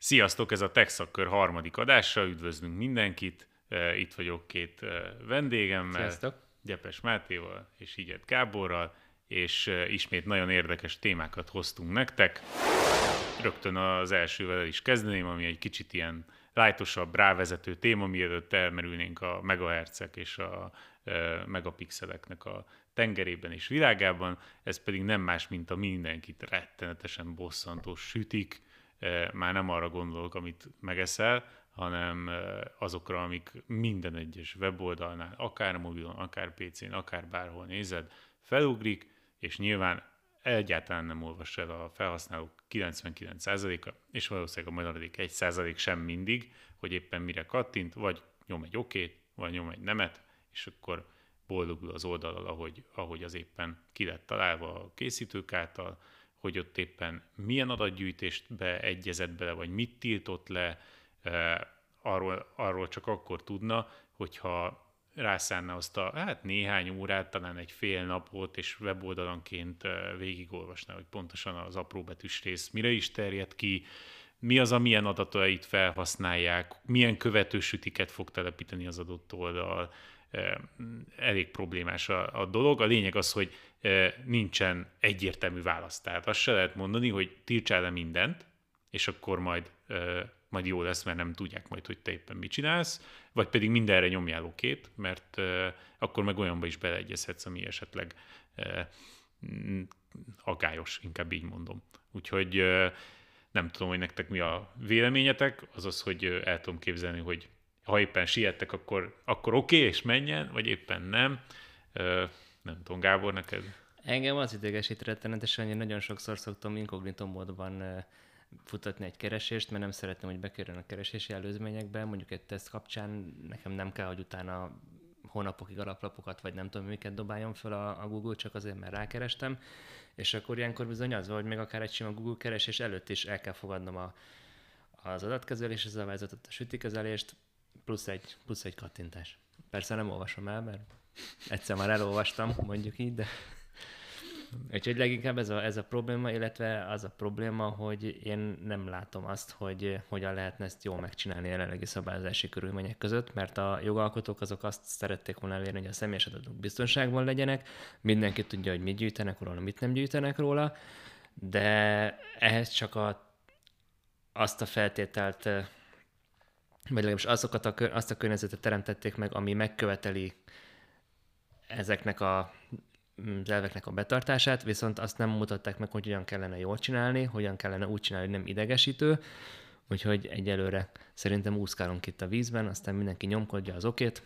Sziasztok, ez a Tech Szakkör harmadik adása, üdvözlünk mindenkit. Itt vagyok két vendégemmel, Sziasztok. Gyepes Mátéval és Higyet Gáborral, és ismét nagyon érdekes témákat hoztunk nektek. Rögtön az elsővel el is kezdeném, ami egy kicsit ilyen lightosabb, rávezető téma, mielőtt elmerülnénk a megahertzek és a megapixeleknek a tengerében és világában. Ez pedig nem más, mint a mindenkit rettenetesen bosszantó sütik. Már nem arra gondolok, amit megeszel, hanem azokra, amik minden egyes weboldalnál, akár mobilon, akár PC-n, akár bárhol nézed, felugrik, és nyilván egyáltalán nem olvas el a felhasználók 99%-a, és valószínűleg a maradék 1% sem mindig, hogy éppen mire kattint, vagy nyom egy okét, vagy nyom egy nemet, és akkor boldogul az oldallal, ahogy az éppen ki lett találva a készítők által, hogy ott éppen milyen adatgyűjtést beegyezett bele, vagy mit tiltott le, arról csak akkor tudna, hogyha rászánna azt a néhány órát, talán egy fél napot, és weboldalanként végigolvasná, hogy pontosan az apróbetűs rész mire is terjed ki, mi az, amilyen adatait felhasználják, milyen követősütiket fog telepíteni az adott oldal. Elég problémás a dolog. A lényeg az, hogy nincsen egyértelmű válasz. Tehát azt se lehet mondani, hogy tiltsál le mindent, és akkor majd jó lesz, mert nem tudják majd, hogy te éppen mit csinálsz, vagy pedig mindenre nyomjál okét, mert akkor meg olyanba is beleegyezhetsz, ami esetleg aggályos, inkább így mondom. Úgyhogy nem tudom, hogy nektek mi a véleményetek, azaz, hogy el tudom képzelni, hogy ha éppen siettek, akkor oké, és menjen, vagy éppen nem. Nem tudom, Gábor, neked? Engem az idegesít rettenetesen, hogy én nagyon sokszor szoktam inkognitó módban futatni egy keresést, mert nem szeretném, hogy bekerüljön a keresési előzményekbe. Mondjuk egy teszt kapcsán nekem nem kell, hogy utána hónapokig alaplapokat, vagy nem tudom, miket dobáljon fel a Google, csak azért, mert rákerestem. És akkor ilyenkor bizony az van, hogy még akár egy sima Google keresés előtt is el kell fogadnom az adatkezelési szabályzatot, a sütikezelést, plusz egy kattintás. Persze nem olvasom el, mert egyszer már elolvastam, mondjuk így, de... Úgyhogy leginkább ez a probléma, illetve az a probléma, hogy én nem látom azt, hogy hogyan lehetne ezt jól megcsinálni a jelenlegi szabályozási körülmények között, mert a jogalkotók azok azt szerették volna elérni, hogy a személyes adatok biztonságban legyenek, mindenki tudja, hogy mit gyűjtenek róla, mit nem gyűjtenek róla, de ehhez csak azt a feltételt, vagy legalábbis azt a környezetet teremtették meg, ami megköveteli ezeknek az elveknek a betartását, viszont azt nem mutatták meg, hogy hogyan kellene jól csinálni, hogyan kellene úgy csinálni, hogy nem idegesítő, úgyhogy egyelőre szerintem úszkálunk itt a vízben, aztán mindenki nyomkodja az okét.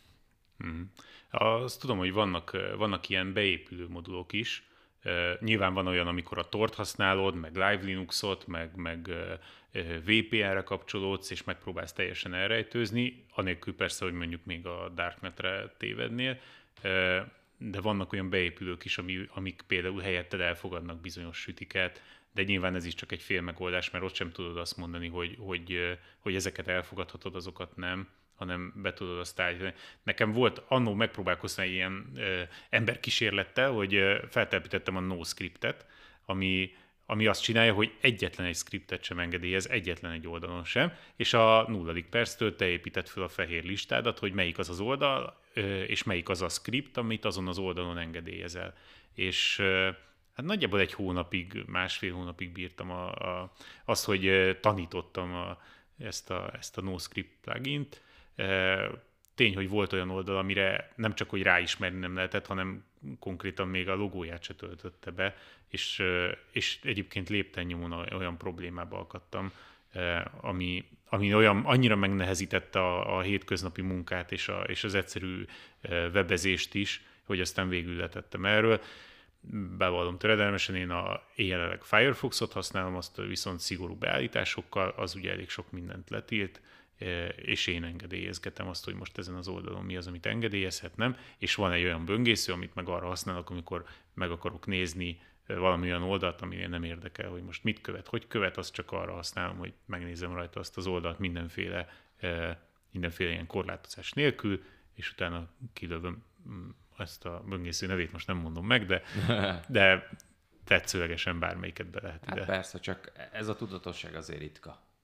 Azt tudom, hogy vannak ilyen beépülő modulok is. Nyilván van olyan, amikor a Tor-t használod, meg Live Linuxot, meg VPN-re kapcsolódsz, és megpróbálsz teljesen elrejtőzni, anélkül persze, hogy mondjuk még a Darknetre tévednél, de vannak olyan beépülők is, amik például helyetted elfogadnak bizonyos sütiket, de nyilván ez is csak egy fél megoldás, mert ott sem tudod azt mondani, hogy ezeket elfogadhatod, azokat nem, hanem be tudod azt állítani. Nekem volt annó megpróbálkozni egy ilyen emberkísérlettel, hogy feltelepítettem a NoScriptet, ami azt csinálja, hogy egyetlen egy scriptet sem engedélyez, egyetlen egy oldalon sem, és a 0. perctől te épített fel a fehér listádat, hogy melyik az az oldal, és melyik az a script, amit azon az oldalon engedélyezel. És hát nagyjából egy hónapig, másfél hónapig bírtam azt, hogy tanítottam ezt a NoScript plugint. Tény, hogy volt olyan oldal, amire nem csak, hogy ráismerni nem lehetett, hanem konkrétan még a logóját se töltötte be, és egyébként lépten nyomon olyan problémába akadtam, ami annyira megnehezítette a hétköznapi munkát és az egyszerű webezést is, hogy aztán végül letettem erről. Bevallom töredelmesen, én jelenleg Firefoxot használom, azt viszont szigorú beállításokkal, az ugye elég sok mindent letilt, és én engedélyezgetem azt, hogy most ezen az oldalon mi az, amit engedélyezhetnem, és van egy olyan böngésző, amit meg arra használok, amikor meg akarok nézni valami olyan oldalt, ami nem érdekel, hogy most mit követ, hogy követ, azt csak arra használom, hogy megnézem rajta azt az oldalt mindenféle ilyen korlátozás nélkül, és utána kilövöm ezt a böngésző nevét, most nem mondom meg, de tetszőlegesen bármelyiket be lehet ide. Hát persze, csak ez a tudatosság azért ritka.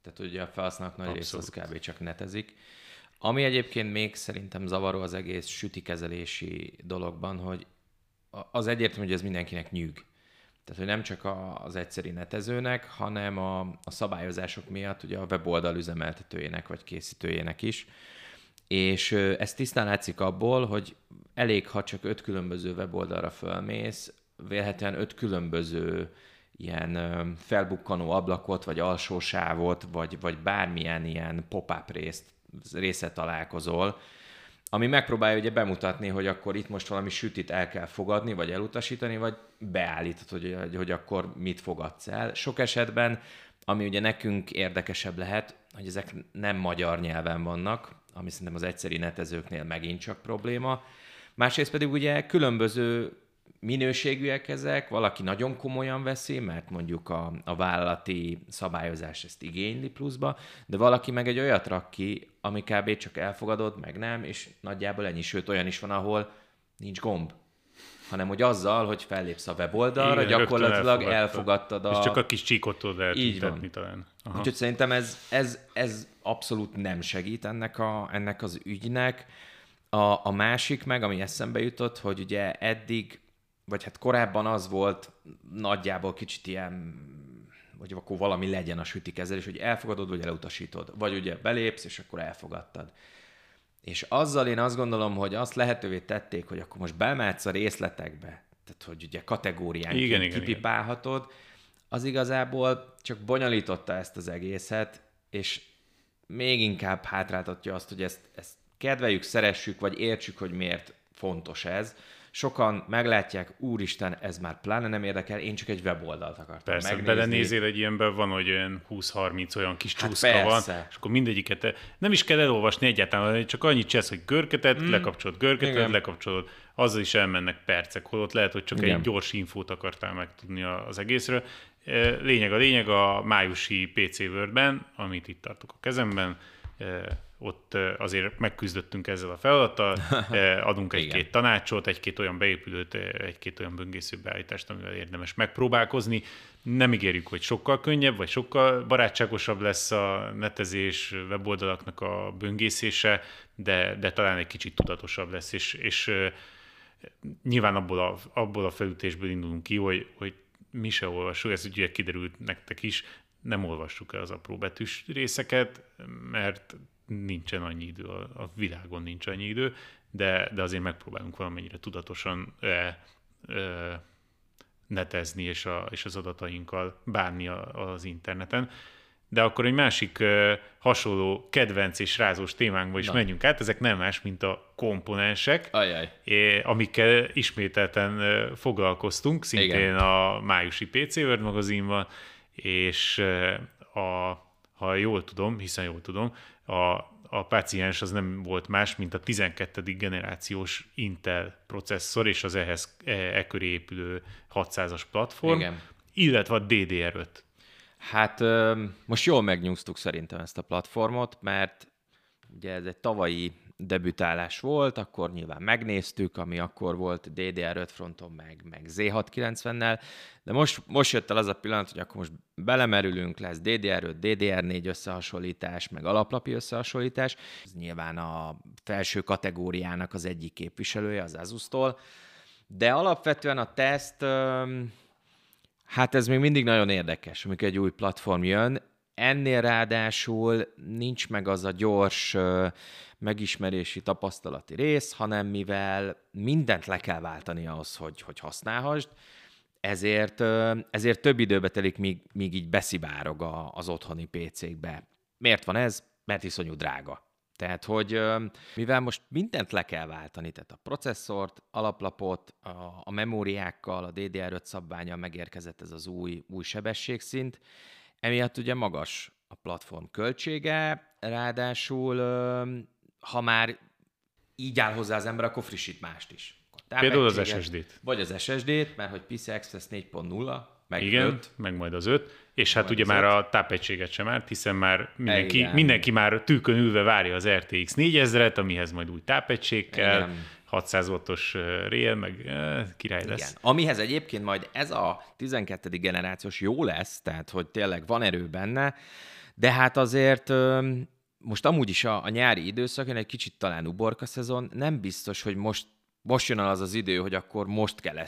Tehát ugye a felhasználók nagy része az kb. Csak netezik. Ami egyébként még szerintem zavaró az egész sütikezelési dologban, hogy az egyértelmű, hogy ez mindenkinek nyűg. Tehát, hogy nem csak az egyszeri netezőnek, hanem a szabályozások miatt ugye a weboldal üzemeltetőjének vagy készítőjének is. És ez tisztán látszik abból, hogy elég, ha csak 5 különböző weboldalra fölmész, vélhetően 5 különböző ilyen felbukkanó ablakot, vagy alsósávot, vagy bármilyen ilyen pop-up részet találkozol, ami megpróbálja ugye bemutatni, hogy akkor itt most valami sütit el kell fogadni, vagy elutasítani, vagy beállítod, hogy akkor mit fogadsz el. Sok esetben, ami ugye nekünk érdekesebb lehet, hogy ezek nem magyar nyelven vannak, ami szerintem az egyszeri netezőknél megint csak probléma. Másrészt pedig ugye különböző minőségűek ezek, valaki nagyon komolyan veszi, mert mondjuk a vállalati szabályozás ezt igényli pluszba, de valaki meg egy olyat rak ki, ami kb. Csak elfogadod, meg nem, és nagyjából ennyi, sőt olyan is van, ahol nincs gomb, hanem hogy azzal, hogy fellépsz a weboldalra, igen, gyakorlatilag elfogadtad és csak a kis csíkot tudod eltüntetni talán. Aha. Úgyhogy szerintem ez abszolút nem segít ennek az ügynek. A másik meg, ami eszembe jutott, hogy ugye eddig, vagy hát korábban az volt nagyjából kicsit ilyen, hogy akkor valami legyen a sütikezelés, hogy elfogadod, vagy elutasítod. Vagy ugye belépsz, és akkor elfogadtad. És azzal én azt gondolom, hogy azt lehetővé tették, hogy akkor most bemehetsz a részletekbe, tehát hogy ugye kategóriánként kipipálhatod, az igazából csak bonyolította ezt az egészet, és még inkább hátráltatja azt, hogy ezt kedveljük, szeressük, vagy értsük, hogy miért fontos ez. Sokan meglátják, úristen, ez már pláne nem érdekel, én csak egy weboldalt akartam megnézni. Persze, belenézél egy ilyenben, van, hogy olyan 20-30 olyan kis csúszka van, és akkor mindegyiket nem is kell elolvasni egyáltalán, csak annyit csinálsz, hogy görketet, lekapcsolod görketet, lekapcsolod, azzal is elmennek percek, holott lehet, hogy csak egy gyors infót akartál megtudni az egészről. Lényeg a májusi PC Word-ben, amit itt tartok a kezemben, ott azért megküzdöttünk ezzel a feladattal, adunk egy-két tanácsot, egy-két olyan beépülőt, egy-két olyan böngésző beállítást, amivel érdemes megpróbálkozni. Nem ígérjük, hogy sokkal könnyebb, vagy sokkal barátságosabb lesz a netezés, weboldalaknak a böngészése, de talán egy kicsit tudatosabb lesz, és nyilván abból a felütésből indulunk ki, hogy mi se olvassuk, ez ugye kiderült nektek is, nem olvassuk el az apró betűs részeket, mert nincsen annyi idő, a világon nincs annyi idő, de azért megpróbálunk valamennyire tudatosan netezni és az adatainkkal bánni az interneten. De akkor egy másik hasonló kedvenc és rázós témánkba is menjünk át, ezek nem más, mint a komponensek, amikkel ismételten foglalkoztunk, szintén a májusi PC World magazinban, és ha jól tudom, hiszen jól tudom, a páciens az nem volt más, mint a 12. generációs Intel processzor és az ehhez köré épülő 600-as platform, illetve a DDR5. Hát most jól megnyúztuk szerintem ezt a platformot, mert ugye ez egy tavalyi debütálás volt, akkor nyilván megnéztük, ami akkor volt DDR5 fronton, meg Z690-nel, de most jött el az a pillanat, hogy akkor most belemerülünk, lesz DDR5, DDR4 összehasonlítás, meg alaplapi összehasonlítás. Ez nyilván a felső kategóriának az egyik képviselője, az Asus-tól, de alapvetően a teszt, hát ez még mindig nagyon érdekes, amikor egy új platform jön. Ennél ráadásul nincs meg az a gyors megismerési tapasztalati rész, hanem mivel mindent le kell váltani ahhoz, hogy használhassd, ezért több időbe telik, míg így beszivárog az otthoni PC-kbe. Miért van ez? Mert iszonyú drága. Tehát, hogy mivel most mindent le kell váltani, tehát a processzort, alaplapot, a memóriákkal, a DDR5 szabvánnyal megérkezett ez az új sebességszint, emiatt ugye magas a platform költsége, ráadásul ha már így áll hozzá az ember, akkor frissít mást is. Például az SSD-t. Vagy az SSD-t, mert hogy PCI Express 4.0, meg igen, 5. meg majd az 5, és hát ugye már a tápegységet sem árt, hiszen már mindenki már tűkön ülve várja az RTX 4000-et, amihez majd új tápegység kell, igen. 600 wattos rél, meg király lesz. Igen. Amihez egyébként majd ez a 12. generációs jó lesz, tehát hogy tényleg van erő benne, De hát azért most amúgy is a nyári időszak, egy kicsit talán uborka szezon, nem biztos, hogy most jön az idő, hogy akkor most kell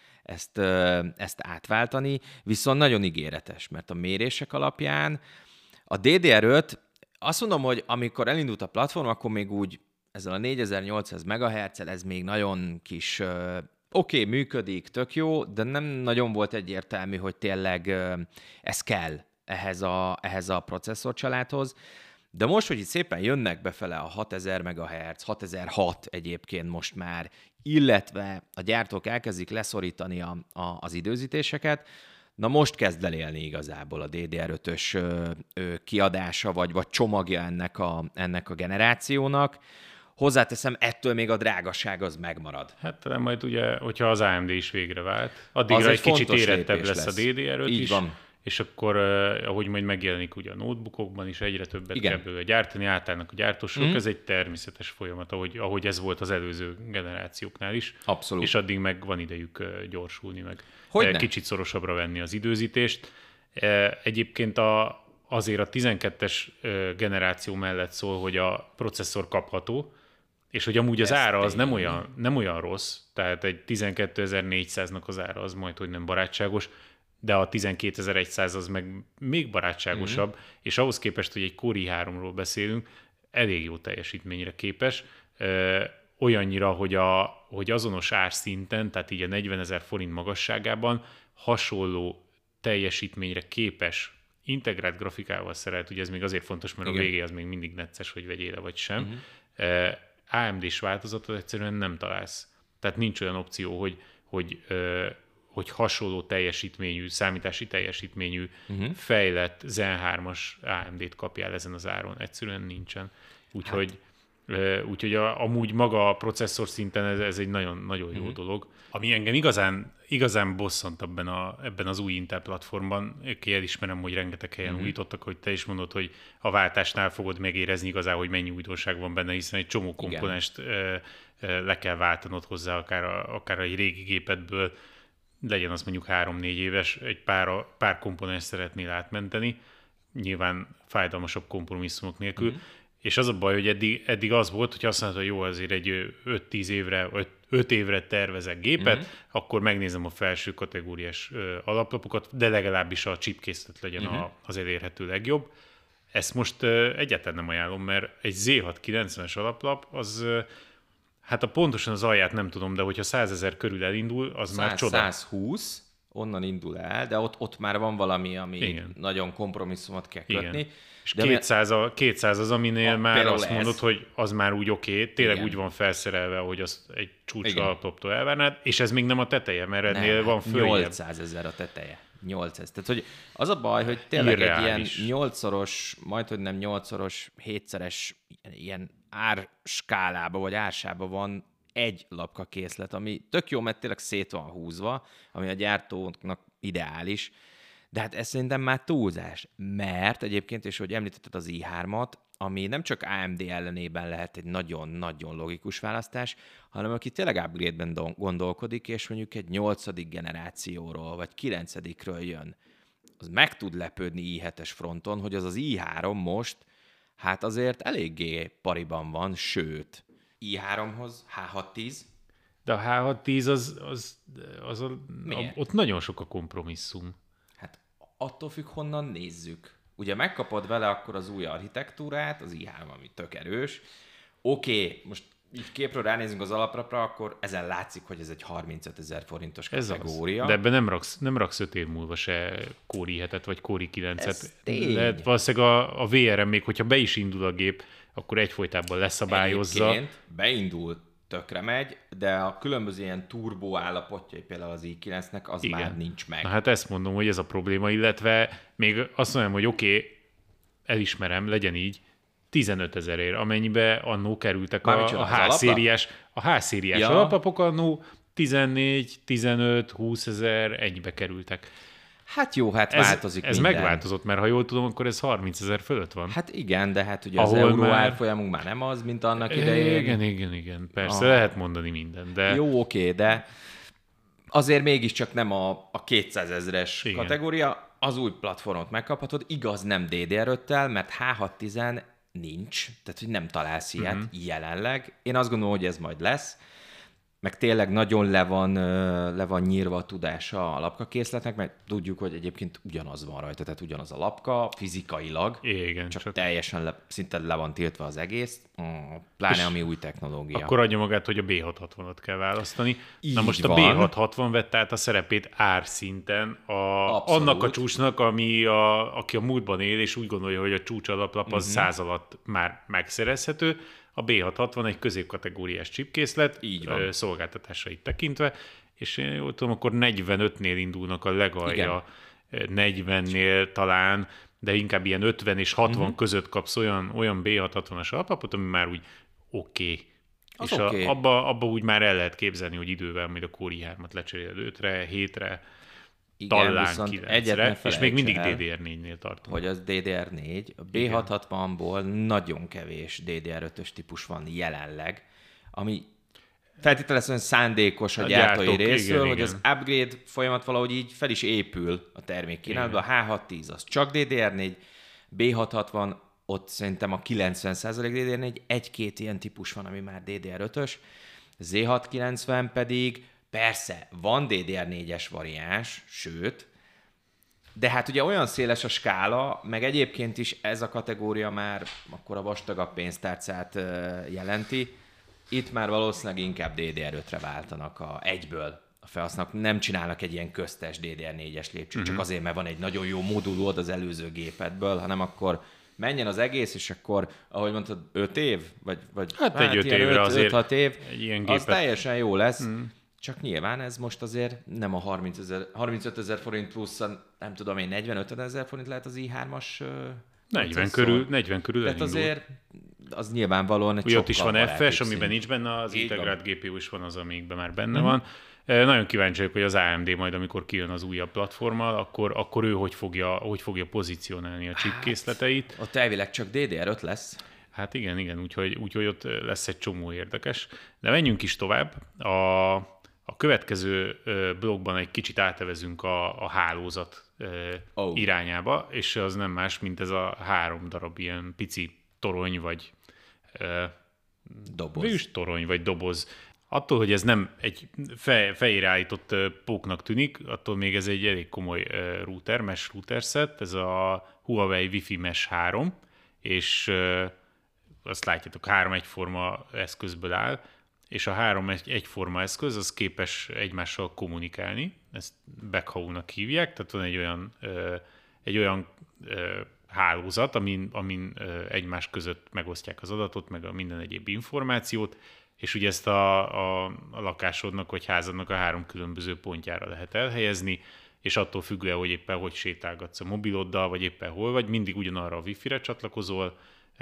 ezt átváltani, viszont nagyon ígéretes, mert a mérések alapján a DDR5, azt mondom, hogy amikor elindult a platform, akkor még úgy ezzel a 4800 MHz-el ez még nagyon kis, oké, működik, tök jó, de nem nagyon volt egyértelmű, hogy tényleg ez kell ehhez a processzorcsaládhoz. De most, hogy itt szépen jönnek befele a 6000 MHz, 6006 egyébként most már, illetve a gyártók elkezdik leszorítani az időzítéseket, na most kezd elélni igazából a DDR5-ös kiadása, vagy csomagja ennek a generációnak. Hozzáteszem, ettől még a drágaság az megmarad. Hát talán majd ugye, hogyha az AMD is végre vált, addigra egy kicsit érettebb lesz a DDR5 így is. Van. És akkor, ahogy majd megjelenik ugye a notebookokban is, egyre többet kell belőle gyártani, átállnak a gyártósok, ez egy természetes folyamat, ahogy ez volt az előző generációknál is. Abszolút. És addig meg van idejük gyorsulni, meg Hogyne? Kicsit szorosabbra venni az időzítést. Egyébként azért a 12-es generáció mellett szól, hogy a processzor kapható, és hogy amúgy az ára az nem olyan rossz, tehát egy 12400-nak az ára az majd, hogy nem barátságos, de a 12100 az meg még barátságosabb, és ahhoz képest, hogy egy Core i3-ról beszélünk, elég jó teljesítményre képes, olyannyira, hogy azonos árszinten, tehát így a 40 000 forint magasságában hasonló teljesítményre képes integrált grafikával szerelt, ugye ez még azért fontos, mert igen, a végé az még mindig necces, hogy vegyél vagy sem. AMD-s változatot egyszerűen nem találsz. Tehát nincs olyan opció, hogy hasonló teljesítményű, számítási teljesítményű, fejlett Zen 3-as AMD-t kapjál ezen az áron. Egyszerűen nincsen. Úgyhogy amúgy maga a processzor szinten ez egy nagyon, nagyon jó dolog. Ami engem igazán bosszant ebben az új Intel platformban, elismerem, hogy rengeteg helyen újítottak, hogy te is mondod, hogy a váltásnál fogod megérezni igazán, hogy mennyi újdonság van benne, hiszen egy csomó komponenst le kell váltanod hozzá, akár egy régi gépedből, legyen az mondjuk 3-4 éves, egy pár komponens szeretnél átmenteni, nyilván fájdalmasabb kompromisszumok nélkül, és az a baj, hogy eddig az volt, hogy azt mondta, hogy jó, azért egy 5-10 évre, vagy 5 évre tervezek gépet, akkor megnézem a felső kategóriás alaplapokat, de legalábbis a chipkészlet legyen az elérhető legjobb. Ezt most egyáltalán nem ajánlom, mert egy Z690-es alaplap, az hát pontosan az alját nem tudom, de hogyha 100 000 körül elindul, az 100, már csoda. 120, onnan indul el, de ott már van valami, ami igen, nagyon kompromisszumot kell kötni. Igen. És 200 az, aminél már azt mondod, hogy az már úgy oké, tényleg igen, úgy van felszerelve, hogy azt egy csúcs alaptoptól elvárnád, és ez még nem a teteje, mert ennél van följebb. 800 000 a teteje. 800. Tehát, hogy az a baj, hogy tényleg irreális. Egy ilyen 8-szoros, majdhogy nem 8-szoros, 7-szeres ilyen árskálába vagy ársába van egy lapkakészlet, ami tök jó, mert tényleg szét van húzva, ami a gyártónak ideális, de hát ez szerintem már túlzás, mert egyébként, és hogy említetted az i3-at, ami nem csak AMD ellenében lehet egy nagyon-nagyon logikus választás, hanem aki tényleg upgrade-ben gondolkodik, és mondjuk egy 8. generációról, vagy 9-ről jön, az meg tud lepődni i7-es fronton, hogy az i3 most, hát azért eléggé pariban van, sőt, i3-hoz H610. De a H610 ott nagyon sok a kompromisszum. Hát attól függ, honnan nézzük. Ugye megkapod vele akkor az új architektúrát, az i3, ami tök erős. Oké, most így képről ránézünk az alaprapra, akkor ezen látszik, hogy ez egy 35 000 forintos kategória. De ebben nem raksz 5 év múlva se Core i7-et, vagy Core i9-et. Lehet valószínűleg a VRM még, hogyha be is indul a gép, akkor egyfolytában leszabályozza. Egyébként beindul, tökre megy, de a különböző ilyen turbó állapotjai, például az i9-nek, az igen, már nincs meg. Na hát ezt mondom, hogy ez a probléma, illetve még azt mondom, hogy oké, elismerem, legyen így, 15 000-ért, amennyibe annó kerültek a H-szériás alaplapok, annó 14, 15, 20 000, ennyibe kerültek. Hát jó, hát változik ez minden. Megváltozott, mert ha jól tudom, akkor ez 30 000 fölött van. Hát igen, de hát ugye az euró árfolyamunk már nem az, mint annak idején. Igen, persze, lehet mondani mindent, de... Jó, oké, de azért mégiscsak nem a 200 000-es kategória, az új platformot megkaphatod, igaz nem DDR5-tel, mert H610 nincs, tehát hogy nem találsz ilyet jelenleg. Én azt gondolom, hogy ez majd lesz, meg tényleg nagyon le van nyírva a tudása a lapkakészletnek, mert tudjuk, hogy egyébként ugyanaz van rajta, tehát ugyanaz a lapka fizikailag, igen, csak teljesen szinte le van tiltva az egész, pláne ami új technológia. Akkor adja magát, hogy a B660-at kell választani. Így na most van. A B660 vette át a szerepét árszinten annak a csúcsnak, aki a múltban él, és úgy gondolja, hogy a csúcs alaplap az 100 alatt már megszerezhető. A B660 egy középkategóriás chipkészlet, szolgáltatásait tekintve, és én jól tudom, akkor 45-nél indulnak a legalja, 40-nél talán, de inkább ilyen 50 és 60 között kapsz olyan B660-as alaplapot, ami már úgy oké. És abba úgy már el lehet képzelni, hogy idővel majd a Core i3-at lecseréled 5-re, 7-re, talán 9-re, és még mindig DDR4-nél tartunk. Hogy az DDR4, a B660-ból nagyon kevés DDR5-ös típus van jelenleg, ami feltételezően szándékos a gyártói részről, hogy az upgrade folyamat valahogy így fel is épül a termékkínálatban. A H610 az csak DDR4, B660 ott szerintem a 90% DDR4, egy-két ilyen típus van, ami már DDR5-ös, Z690 pedig persze, van DDR4-es variáns, sőt, de hát ugye olyan széles a skála, meg egyébként is ez a kategória már akkor a vastagabb pénztárcát jelenti. Itt már valószínűleg inkább DDR5-re váltanak egyből a felhasználók. Nem csinálnak egy ilyen köztes DDR4-es lépcsőt, csak azért, mert van egy nagyon jó modulod az előző gépedből, hanem akkor menjen az egész, és akkor, ahogy mondtad, 5 év? Vagy hát egy 5 évre azért 5-6 év, egy ilyen az teljesen jó lesz. Csak nyilván ez most azért nem a 35 000 forint plusz, nem tudom én, 45 000 forint lehet az i3-as 40 körül tehát azért az nyilvánvalóan egy sokkal ott is van FS, szint. amiben nincs benne, az integrált GPU is van az, amikben már benne van. Nagyon kíváncsi vagyok, hogy az AMD majd, amikor kijön az újabb platformmal, akkor ő hogy fogja pozícionálni a chip készleteit. Ott elvileg csak DDR5 lesz. Hát igen, úgyhogy ott lesz egy csomó érdekes. De menjünk is tovább. A következő blogban egy kicsit átevezünk a hálózat irányába, és az nem más, mint ez a 3 darab ilyen pici torony, vagy doboz. Torony, vagy doboz. Attól, hogy ez nem egy fejére állított póknak tűnik, attól még ez egy elég komoly router, mesh router set, ez a Huawei Wi-Fi Mesh 3, és azt látjátok, 3 egyforma eszközből áll, és a 3 egyforma eszköz, az képes egymással kommunikálni, ezt backhaul-nak hívják, tehát van egy olyan hálózat, amin egymás között megosztják az adatot, meg a minden egyéb információt, és ugye ezt a lakásodnak vagy házadnak a 3 különböző pontjára lehet elhelyezni, és attól függően, hogy éppen hogy sétálgatsz a mobiloddal, vagy éppen hol vagy, mindig ugyanarra a Wi-Fi-re csatlakozol,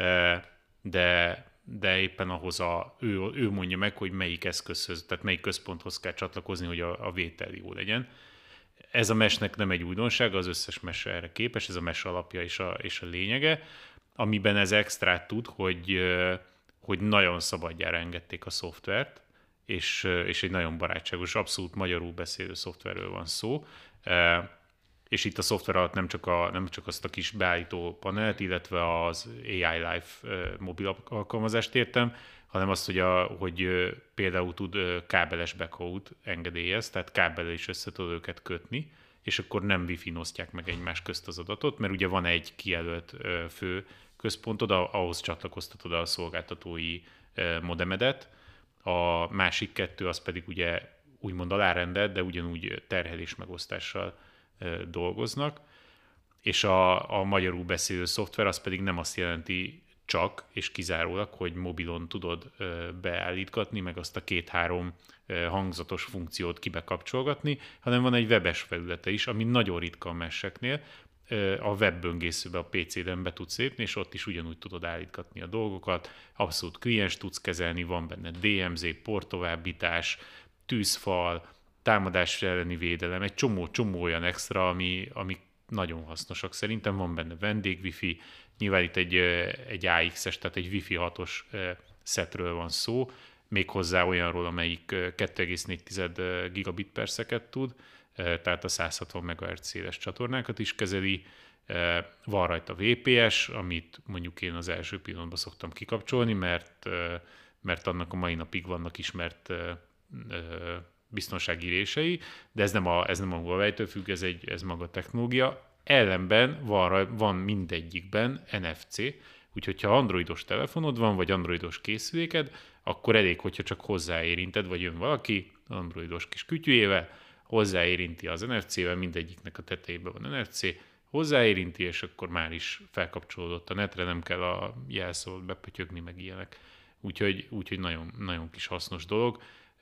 de éppen ahhoz ő mondja meg, hogy melyik eszközhöz, tehát melyik központhoz kell csatlakozni, hogy a vétel jó legyen. Ez a meshnek nem egy újdonság, az összes mesh erre képes, ez a mesh alapja és a lényege, amiben ez extrát tud, hogy nagyon szabadjára engedték a szoftvert, és egy nagyon barátságos, abszolút magyarul beszélő szoftverről van szó. És itt a szoftver alatt nem csak azt a kis beállító panelt, illetve az AI Life mobil alkalmazást értem, hanem azt, hogy például tud kábeles backhaul-t engedélyez, tehát kábellel is össze tud őket kötni, és akkor nem Wi-Fi-n osztják meg egymás közt az adatot, mert ugye van egy kijelölt fő központod, ahhoz csatlakoztatod a szolgáltatói modemedet, a másik 2 az pedig ugye úgymond alárendelt, de ugyanúgy terhelés megosztással dolgoznak, és a magyarul beszélő szoftver az pedig nem azt jelenti csak és kizárólag, hogy mobilon tudod beállítgatni, meg azt a 2-3 hangzatos funkciót kibekapcsolgatni, hanem van egy webes felülete is, ami nagyon ritka a meseknél, a webböngészőbe, a PC-den be tudsz lépni, és ott is ugyanúgy tudod állítgatni a dolgokat, abszolút kliens tudsz kezelni, van benne DMZ, porttovábbítás, tűzfal, támadás elleni védelem, egy csomó olyan extra, ami nagyon hasznosak. Szerintem van benne vendég Wi-Fi, nyilván itt egy AX-es, tehát egy Wi-Fi 6-os szetről van szó, méghozzá olyanról, amelyik 2,4 gigabit per szeket tud, tehát a 160 MHz széles csatornákat is kezeli. Van rajta VPS, amit mondjuk én az első pillanatban szoktam kikapcsolni, mert annak a mai napig vannak ismert biztonsági rései, de ez nem a Huawei-től függ, ez maga technológia. Ellenben van mindegyikben NFC, úgyhogy ha androidos telefonod van, vagy androidos készüléked, akkor elég, hogyha csak hozzáérinted, vagy jön valaki androidos kis kütyüjével, hozzáérinti az NFC-vel, mindegyiknek a tetejében van NFC, hozzáérinti, és akkor már is felkapcsolódott a netre, nem kell a jelszót bepötyögni, meg ilyenek. Úgyhogy nagyon, nagyon kis hasznos dolog.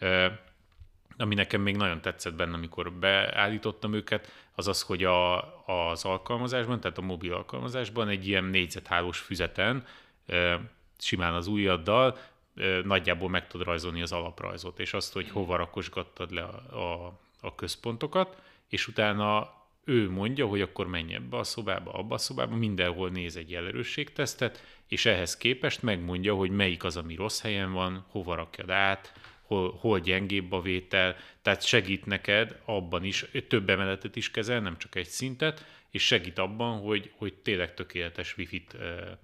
Ami nekem még nagyon tetszett benne, amikor beállítottam őket, az az, hogy az alkalmazásban, tehát a mobil alkalmazásban egy ilyen négyzethálós füzeten, simán az ujjaddal, nagyjából meg tud rajzolni az alaprajzot, és azt, hogy hova rakosgattad le a központokat, és utána ő mondja, hogy akkor menj ebbe a szobába, abba a szobába, mindenhol néz egy jelerősségtesztet, és ehhez képest megmondja, hogy melyik az, ami rossz helyen van, hova rakjad át, hol gyengébb a vétel, tehát segít neked abban is, több emeletet is kezel, nem csak egy szintet, és segít abban, hogy tényleg tökéletes wifi-t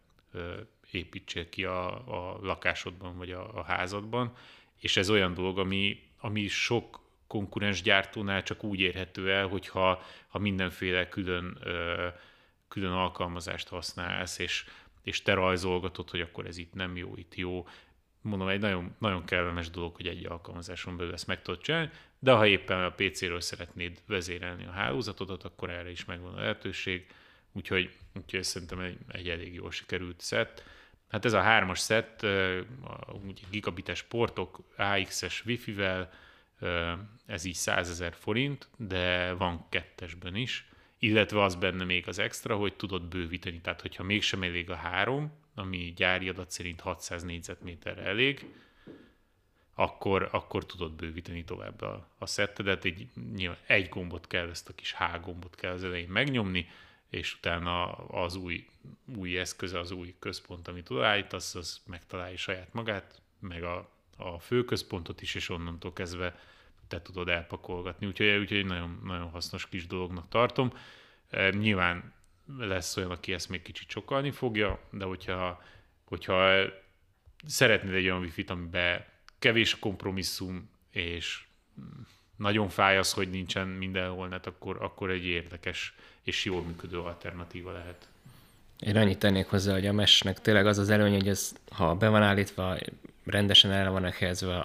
építsél ki a lakásodban, vagy a házadban, és ez olyan dolog, ami sok konkurens gyártónál csak úgy érhető el, hogyha mindenféle külön alkalmazást használsz, és te rajzolgatod, hogy akkor ez itt nem jó, itt jó. Mondom, egy nagyon, nagyon kellemes dolog, hogy egy alkalmazáson belül ezt meg tudod csinálni, de ha éppen a PC-ről szeretnéd vezérelni a hálózatodat, akkor erre is megvan a lehetőség, úgyhogy szerintem egy elég jól sikerült szett. Hát ez a 3-as szett, gigabites portok, AX-es Wi-Fi-vel, ez így 100 000 forint, de van 2-esben is, illetve az benne még az extra, hogy tudod bővíteni, tehát hogyha mégsem elég a 3, ami gyári adat szerint 600 négyzetméterre elég, akkor tudod bővíteni tovább a szettedet. Egy gombot kell, ezt a kis H gombot kell az elején megnyomni, és utána az új eszköze, az új központ, amit odaállítasz, az megtalálja saját magát, meg a fő központot is, és onnantól kezdve te tudod elpakolgatni. Úgyhogy egy nagyon, nagyon hasznos kis dolognak tartom. Nyilván lesz olyan, aki ezt még kicsit sokalni fogja, de hogyha szeretnéd egy olyan wifi-t, amiben kevés kompromisszum, és nagyon fáj az, hogy nincsen mindenhol net, akkor egy érdekes és jól működő alternatíva lehet. Én annyit tennék hozzá, hogy a mesnek tényleg az az előny, hogy ez, ha be van állítva, rendesen el vannak helyezve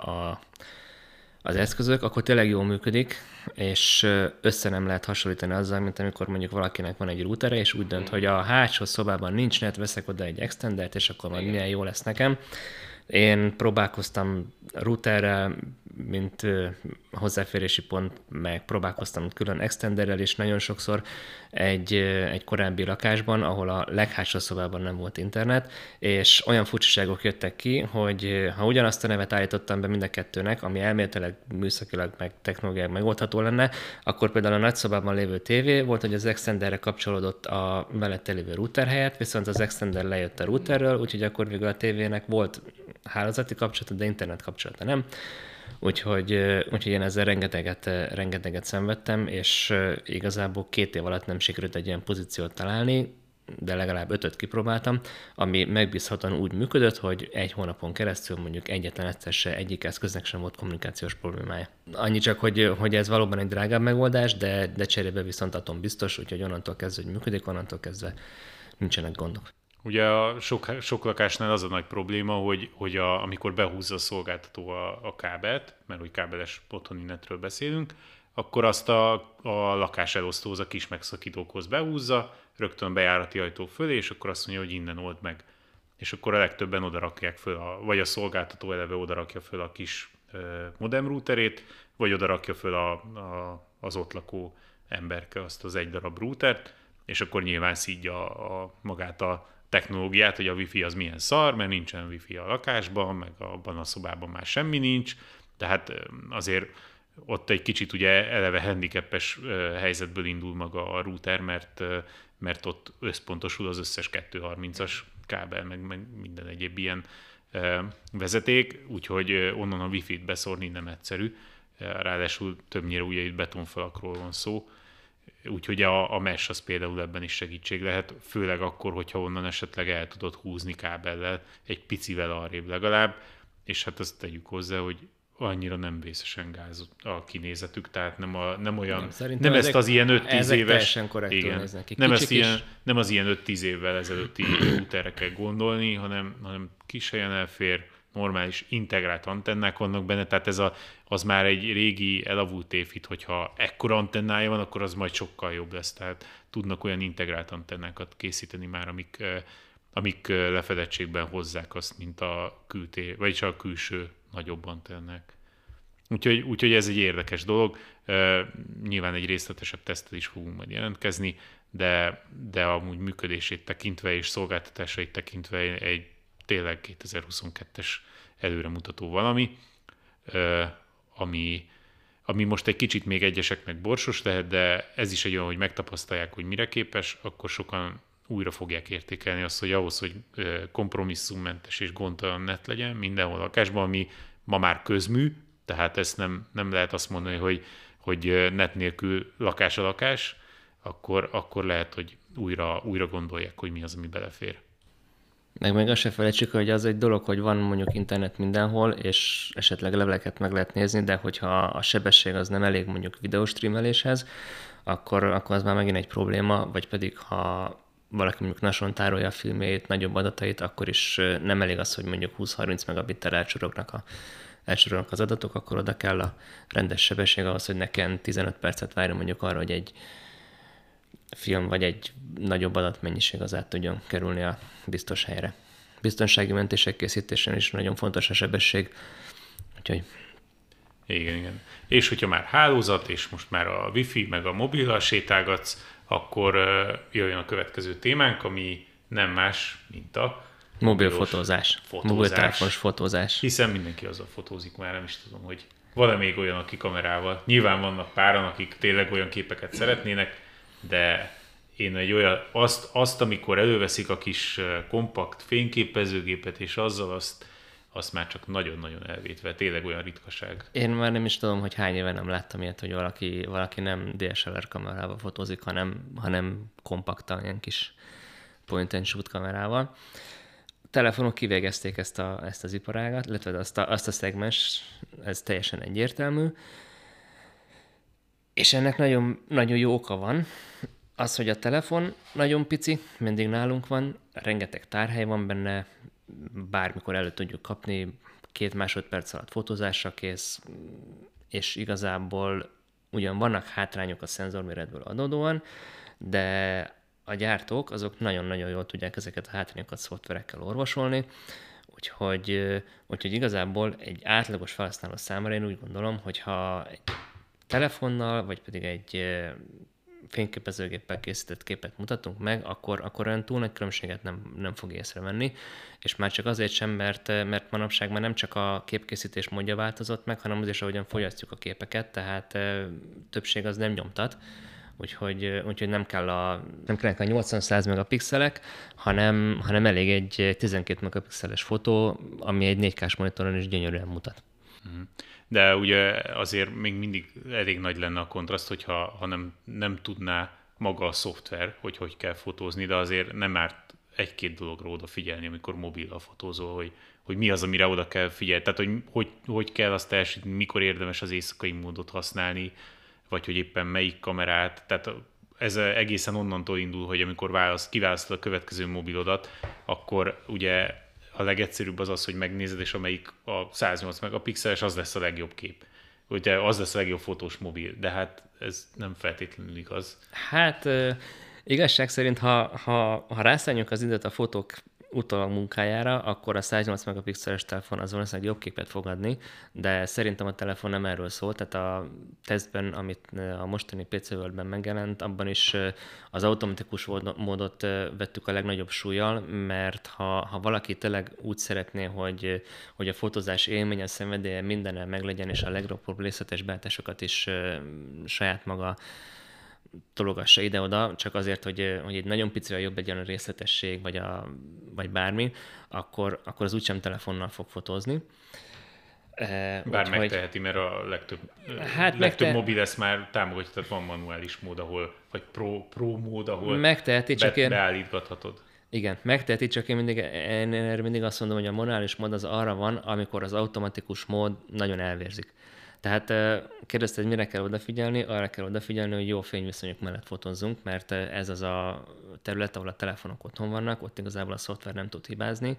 az eszközök, akkor tényleg jól működik, és össze nem lehet hasonlítani azzal, mint amikor mondjuk valakinek van egy routere, és úgy dönt, hogy a hátsó szobában nincs net, veszek oda egy extendert, és akkor majd milyen jó lesz nekem. Én próbálkoztam routerrel, mint hozzáférési pont, meg próbálkoztam külön extenderrel, és nagyon sokszor egy korábbi lakásban, ahol a leghátsó szobában nem volt internet, és olyan furcsaságok jöttek ki, hogy ha ugyanazt a nevet állítottam be mind a kettőnek, ami elméletileg műszakilag meg technológiailag megoldható lenne, akkor például a nagy szobában lévő tévé volt, hogy az extenderre kapcsolódott a mellette lévő router helyett, viszont az extender lejött a routerről, úgyhogy akkor végül a tévének volt hálózati kapcsolata, de internet kapcsolata nem. Úgyhogy én ezzel rengeteget szenvedtem, és igazából 2 év alatt nem sikerült egy ilyen pozíciót találni, de legalább 5-öt kipróbáltam, ami megbízhatóan úgy működött, hogy 1 hónapon keresztül mondjuk egyetlen egyszer se egyik eszköznek sem volt kommunikációs problémája. Annyi csak, hogy ez valóban egy drágább megoldás, de cserébe viszont atombiztos, úgyhogy onnantól kezdve, hogy működik, onnantól kezdve nincsenek gondok. Ugye a sok lakásnál az a nagy probléma, hogy amikor behúzza a szolgáltató a kábelt, mert hogy kábeles otthoni netről beszélünk, akkor azt a lakáselosztóhoz, a kis megszakítókhoz behúzza, rögtön bejárati ajtó fölé, és akkor azt mondja, hogy innen old meg. És akkor a legtöbben odarakják föl, vagy a szolgáltató eleve odarakja föl a kis modem routerét, vagy odarakja föl az ott lakó emberke azt az egy darab routert, és akkor nyilván szídja magát a technológiát, hogy a wifi az milyen szar, mert nincsen wifi a lakásban, meg abban a szobában már semmi nincs, tehát azért ott egy kicsit ugye eleve handicapes helyzetből indul maga a router, mert ott összpontosul az összes 230-as kábel, meg minden egyéb ilyen vezeték, úgyhogy onnan a wifi-t beszórni nem egyszerű. Ráadásul többnyire ugye itt betonfalakról van szó, úgyhogy a mesh az például ebben is segítség lehet, főleg akkor, hogyha onnan esetleg el tudod húzni kábellel, egy picivel arrébb legalább, és hát azt tegyük hozzá, hogy annyira nem vészesen gáz a kinézetük, tehát nem olyan, nem ezt az ilyen 5-10 éves, igen, nem az ilyen 5-10 évvel ezelőtti routerre kell gondolni, hanem kis helyen elfér, normális integrált antennák vannak benne, tehát az már egy régi elavult tévhit, hogyha ekkora antennája van, akkor az majd sokkal jobb lesz, tehát tudnak olyan integrált antennákat készíteni már, amik lefedettségben hozzák azt, mint vagyis a külső nagyobb antennák. Úgyhogy ez egy érdekes dolog. Nyilván egy részletesebb teszttel is fogunk majd jelentkezni, de amúgy működését tekintve és szolgáltatásait tekintve egy tényleg 2022-es előremutató valami, ami most egy kicsit még egyeseknek borsos lehet, de ez is egy olyan, hogy megtapasztalják, hogy mire képes, akkor sokan újra fogják értékelni azt, hogy ahhoz, hogy kompromisszummentes és gondtalan net legyen mindenhol a lakásban, ami ma már közmű, tehát ezt nem lehet azt mondani, hogy net nélkül lakás a lakás, akkor lehet, hogy újra gondolják, hogy mi az, ami belefér. Meg azt se felejtsük, hogy az egy dolog, hogy van mondjuk internet mindenhol, és esetleg leveleket meg lehet nézni, de hogyha a sebesség az nem elég mondjuk videóstreameléshez, akkor az már megint egy probléma, vagy pedig ha valaki mondjuk nason tárolja a filmjét, nagyobb adatait, akkor is nem elég az, hogy mondjuk 20-30 megabittel elcsorognak az adatok, akkor oda kell a rendes sebesség ahhoz, hogy nekem 15 percet várjon mondjuk arra, hogy egy film vagy egy nagyobb adatmennyiség az át tudjon kerülni a biztos helyre. Biztonsági mentések készítésén is nagyon fontos a sebesség. Úgyhogy... Igen. És hogyha már hálózat, és most már a wifi, meg a mobillal sétálgatsz, akkor jöjjön a következő témánk, ami nem más, mint a mobilfotózás. Mobiltelefonos fotózás. Hiszen mindenki azzal fotózik, már nem is tudom, hogy van-e még olyan, aki kamerával. Nyilván vannak páran, akik tényleg olyan képeket szeretnének, de én egy olyan, azt amikor előveszik a kis kompakt fényképezőgépet, és azzal azt már csak nagyon-nagyon elvétve, tényleg olyan ritkaság. Én már nem is tudom, hogy hány éve nem láttam ilyet, hogy valaki nem DSLR kamerával fotózik, hanem kompaktan, ilyen kis point and shoot kamerával. A telefonok kivégezték ezt az iparágat, illetve azt a szegmens, ez teljesen egyértelmű. És ennek nagyon, nagyon jó oka van. Az, hogy a telefon nagyon pici, mindig nálunk van, rengeteg tárhely van benne, bármikor elő tudjuk kapni, 2 másodperc alatt fotózásra kész, és igazából ugyan vannak hátrányok a szenzorméretből adódóan, de a gyártók azok nagyon-nagyon jól tudják ezeket a hátrányokat szoftverekkel orvosolni, úgyhogy igazából egy átlagos felhasználó számára én úgy gondolom, hogyha egy telefonnal, vagy pedig egy fényképezőgéppel készített képet mutatunk meg, akkor olyan túl nagy különbséget nem fog észrevenni, és már csak azért sem, mert manapság már nem csak a képkészítés módja változott meg, hanem az is, ahogyan fogyasztjuk a képeket, tehát többség az nem nyomtat, úgyhogy nem kellenek a 80-100 megapixelek, hanem elég egy 12 megapixeles fotó, ami egy 4K-s monitoron is gyönyörűen mutat. De ugye azért még mindig elég nagy lenne a kontraszt, hogyha nem tudná maga a szoftver, hogy kell fotózni, de azért nem árt egy-két dologra odafigyelni, amikor mobillal fotózol, hogy mi az, amire oda kell figyelni. Tehát, hogy kell azt teljesíteni, mikor érdemes az éjszakai módot használni, vagy hogy éppen melyik kamerát. Tehát ez egészen onnantól indul, hogy amikor kiválasztod a következő mobilodat, akkor ugye a legegyszerűbb az, hogy megnézed, és amelyik a 108 megapixeles, az lesz a legjobb kép. Ugye az lesz a legjobb fotós mobil, de hát ez nem feltétlenül igaz. Hát igazság szerint, ha rászálljuk az időt a fotók utólag munkájára, akkor a 108 megapixeles telefon az valószínűleg jobb képet fog adni, de szerintem a telefon nem erről szól, tehát a tesztben, amit a mostani PC World-ben megjelent, abban is az automatikus módot vettük a legnagyobb súllyal, mert ha valaki tényleg úgy szeretné, hogy a fotózás élménye, a szenvedélye mindennel meglegyen, és a legjobb részletes beállításokat is saját maga tologassa ide-oda, csak azért, hogy egy nagyon picivel jobb legyen a részletesség, vagy bármi, akkor az úgysem telefonnal fog fotózni. Bár megteheti, mert a legtöbb mobil ezt már támogatja, tehát van manuális mód, vagy pro mód, ahol megteheti, csak beállítgathatod. Igen, megteheti, csak én erre mindig azt mondom, hogy a manuális mód az arra van, amikor az automatikus mód nagyon elvérzik. Tehát kérdezted, hogy mire kell odafigyelni? Arra kell odafigyelni, hogy jó fényviszonyok mellett fotózzunk, mert ez az a terület, ahol a telefonok otthon vannak, ott igazából a szoftver nem tud hibázni,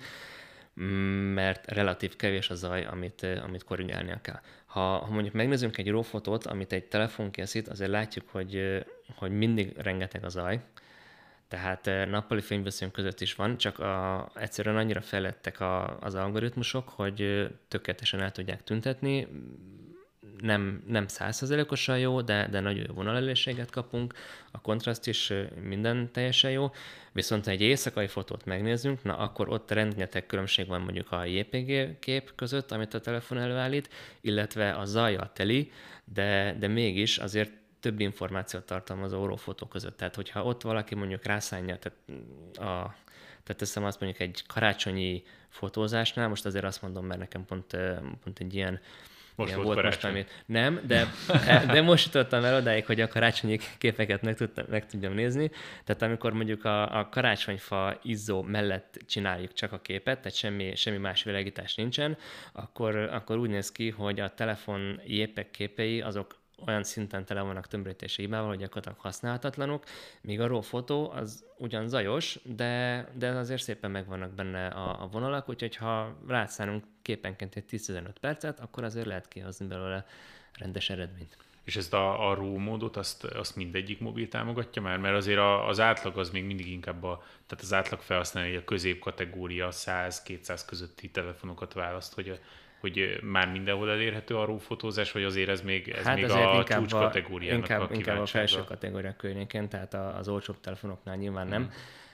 mert relatív kevés a zaj, amit korrigálnia kell. Ha mondjuk megnézzünk egy RAW fotót, amit egy telefon készít, azért látjuk, hogy mindig rengeteg a zaj, tehát nappali fényviszonyok között is van, csak egyszerűen annyira fejlettek az algoritmusok, hogy tökéletesen el tudják tüntetni, nem 100%-osan jó, de nagyon jó vonalelőséget kapunk, a kontraszt is minden teljesen jó, viszont ha egy éjszakai fotót megnézzünk, na akkor ott rengeteg különbség van mondjuk a JPG kép között, amit a telefon előállít, illetve a zajjal teli, de mégis azért több információt tartalmazó RAW fotó között. Tehát, hogyha ott valaki mondjuk rászánja, tehát teszem azt mondjuk egy karácsonyi fotózásnál, most azért azt mondom, mert nekem pont egy ilyen volt most, amit nem, de most jutottam el odáig, hogy a karácsonyi képeket meg tudjam nézni. Tehát amikor mondjuk a karácsonyfa izzó mellett csináljuk csak a képet, tehát semmi más világítás nincsen, akkor úgy néz ki, hogy a telefon JPEG képei azok olyan szinten tele vannak tömörítési hibával, hogy gyakorlatilag használhatatlanok, míg a RAW fotó az ugyan zajos, de azért szépen megvannak benne a vonalak, úgyhogy ha rátszánunk képenként egy 10-15 percet, akkor azért lehet kihozni belőle rendes eredményt. És ezt a RAW módot, azt mindegyik mobil támogatja már? Mert azért az átlag az még mindig inkább tehát az átlag felhasználói a középkategória 100-200 közötti telefonokat választ, hogy már mindenhol elérhető a RAW fotózás, vagy azért ez még a csúcs kategóriának a kívánsága? Inkább a felső kategória környékén, tehát az olcsóbb telefonoknál nyilván nem.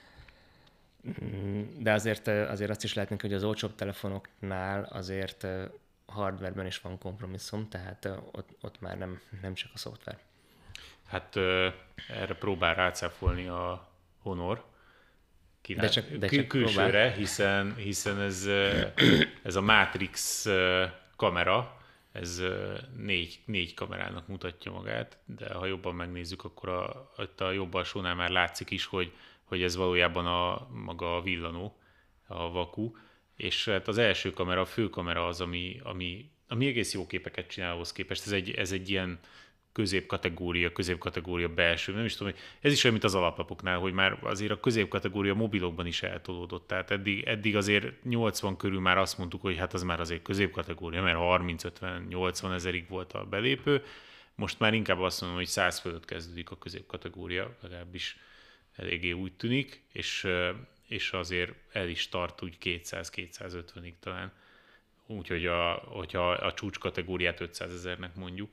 De azért azt is látni, hogy az olcsóbb telefonoknál azért hardwareben is van kompromisszum, tehát ott már nem csak a szoftver. Hát erre próbál rácáfolni a Honor, de csak külsőre, hiszen ez a Matrix kamera, ez négy kamerának mutatja magát, de ha jobban megnézzük, akkor a jobb alsónál már látszik is, hogy ez valójában maga a villanó, a vaku, és hát az első kamera, a főkamera az, ami egész jó képeket csinál ahhoz képest. Ez egy ilyen középkategória belső. Nem is tudom, hogy ez is olyan, mint az alaplapoknál, hogy már azért a középkategória mobilokban is eltolódott. Tehát eddig azért 80 körül már azt mondtuk, hogy hát az már azért középkategória, mert 30-50-80 ezerig volt a belépő. Most már inkább azt mondom, hogy 100 fölött kezdődik a középkategória, legalábbis eléggé úgy tűnik, és azért el is tart úgy 200-250-ig talán. Úgyhogy hogyha a csúcs kategóriát 500 000-nek mondjuk.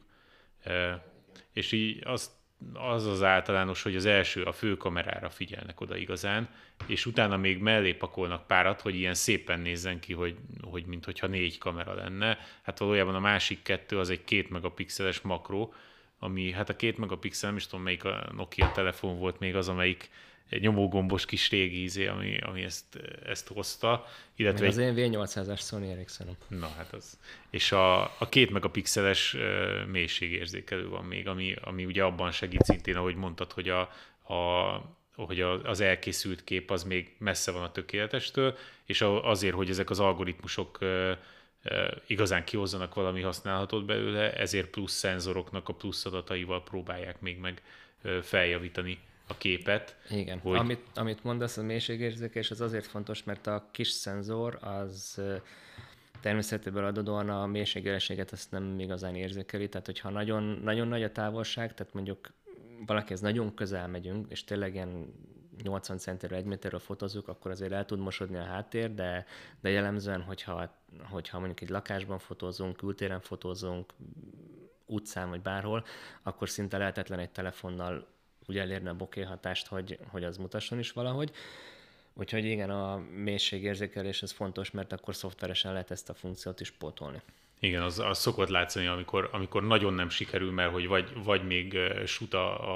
És így az általános, hogy az első, a főkamerára figyelnek oda igazán, és utána még mellé pakolnak párat, hogy ilyen szépen nézzen ki, hogy minthogyha 4 kamera lenne. Hát valójában a másik 2 az egy 2 megapixeles makró, ami hát a 2 megapixel, nem is tudom melyik a Nokia telefon volt még az, amelyik egy nyomógombos kis régi ami ezt hozta. Illetve az én V800-as Sony Ericssonom. Na hát az. És a 2 megapixeles mélységérzékelő van még, ami ugye abban segít szintén, ahogy mondtad, hogy az elkészült kép az még messze van a tökéletestől, és azért, hogy ezek az algoritmusok igazán kihozzanak valami használhatót belőle, ezért plusz szenzoroknak a plusz adataival próbálják még meg feljavítani a képet. Igen, amit mondasz, a mélységérzékelés az azért fontos, mert a kis szenzor az természetéből adódóan a mélységélességet azt nem igazán érzékeli, tehát hogyha nagyon, nagyon nagy a távolság, tehát mondjuk valakihez nagyon közel megyünk, és tényleg ilyen 80 centiről, 1 méterről fotózzuk, akkor azért el tud mosodni a háttér, de jellemzően, hogyha mondjuk egy lakásban fotózunk, kültéren fotózunk, utcán vagy bárhol, akkor szinte lehetetlen egy telefonnal úgy elérni a bokeh hatást, hogy az mutasson is valahogy. Úgyhogy igen, a mélységérzékelés ez fontos, mert akkor szoftveresen lehet ezt a funkciót is pótolni. Igen, az szokott látszani, amikor nagyon nem sikerül, mert hogy vagy még sut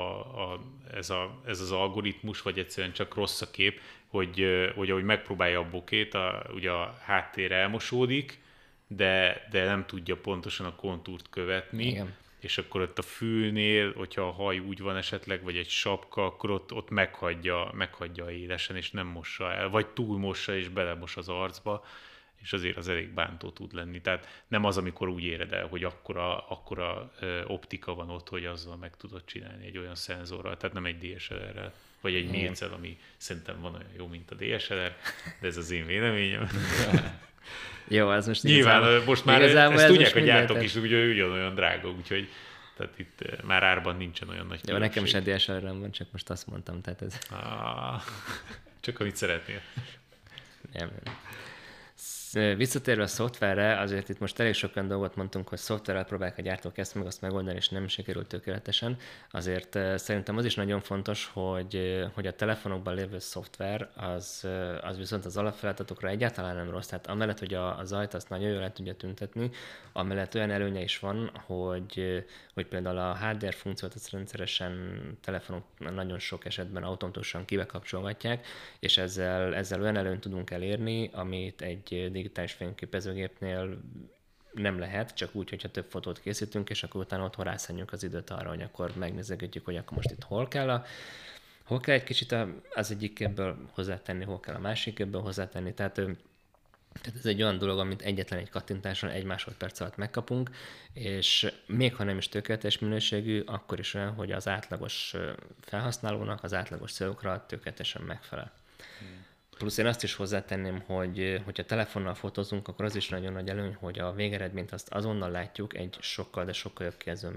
ez az algoritmus, vagy egyszerűen csak rossz a kép, hogy ahogy megpróbálja a bokét, ugye a háttér elmosódik, de nem tudja pontosan a kontúrt követni. Igen. És akkor ott a fülnél, hogyha a haj úgy van esetleg, vagy egy sapka, akkor ott meghagyja élesen, és nem mossa el, vagy túlmossa, és belemos az arcba, és azért az elég bántó tud lenni. Tehát nem az, amikor úgy éred el, hogy akkora optika van ott, hogy azzal meg tudod csinálni egy olyan szenzorral, tehát nem egy DSLR-rel, vagy egy mércel, ami szerintem van olyan jó, mint a DSLR, de ez az én véleményem. Jó, az most nyilván most már ezt tudják a gyártók is, ugye ugyanolyan drága, úgyhogy tehát itt már árban nincsen olyan nagy különbség. Jó, nekem is egy DSLR-em van, csak most azt mondtam, tehát ez... Csak amit szeretnél. Nem. Visszatérve a szoftverre, azért itt most elég sok olyan dolgot mondtunk, hogy szoftverrel próbálják a gyártók ezt meg azt megoldani, és nem sikerült tökéletesen. Azért szerintem az is nagyon fontos, hogy a telefonokban lévő szoftver, az viszont az alapfeladatokra egyáltalán nem rossz. Tehát amellett, hogy a zajt azt nagyon jól el tudja tüntetni, amellett olyan előnye is van, hogy például a HDR funkciót azt rendszeresen telefonok nagyon sok esetben automatikusan kibekapcsolgatják, és ezzel olyan előnyt tudunk elérni, amit egy digitális fényképezőgépnél nem lehet, csak úgy, hogyha több fotót készítünk, és akkor utána ott rászánjuk az időt arra, hogy akkor megnézegetjük, hogy akkor most itt hol kell egy kicsit az egyik képből hozzátenni, hol kell a másik képből hozzátenni, tehát ez egy olyan dolog, amit egyetlen egy kattintáson 1 másodperc alatt megkapunk, és még ha nem is tökéletes minőségű, akkor is olyan, hogy az átlagos felhasználónak, az átlagos célokra tökéletesen megfelel. Plusz én azt is hozzátenném, hogy ha telefonnal fotózunk, akkor az is nagyon nagy előny, hogy a végeredményt azt azonnal látjuk egy sokkal, de sokkal jobb kijelzőn,